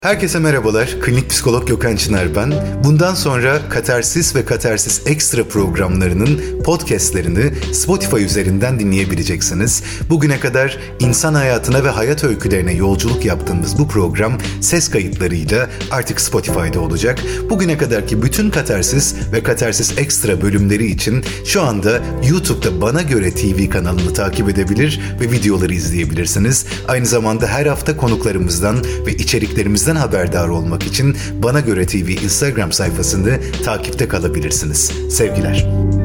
Herkese merhabalar, klinik psikolog Gökhan Çınar ben. Bundan sonra Katarsis ve Katarsis Ekstra programlarının podcastlerini Spotify üzerinden dinleyebileceksiniz. Bugüne kadar insan hayatına ve hayat öykülerine yolculuk yaptığımız bu program ses kayıtlarıyla artık Spotify'da olacak. Bugüne kadarki bütün Katarsis ve Katarsis Ekstra bölümleri için şu anda YouTube'da Bana Göre TV kanalını takip edebilir ve videoları izleyebilirsiniz. Aynı zamanda her hafta konuklarımızdan ve içeriklerimizden haberdar olmak için Bana Göre TV Instagram sayfasını takipte kalabilirsiniz. Sevgiler.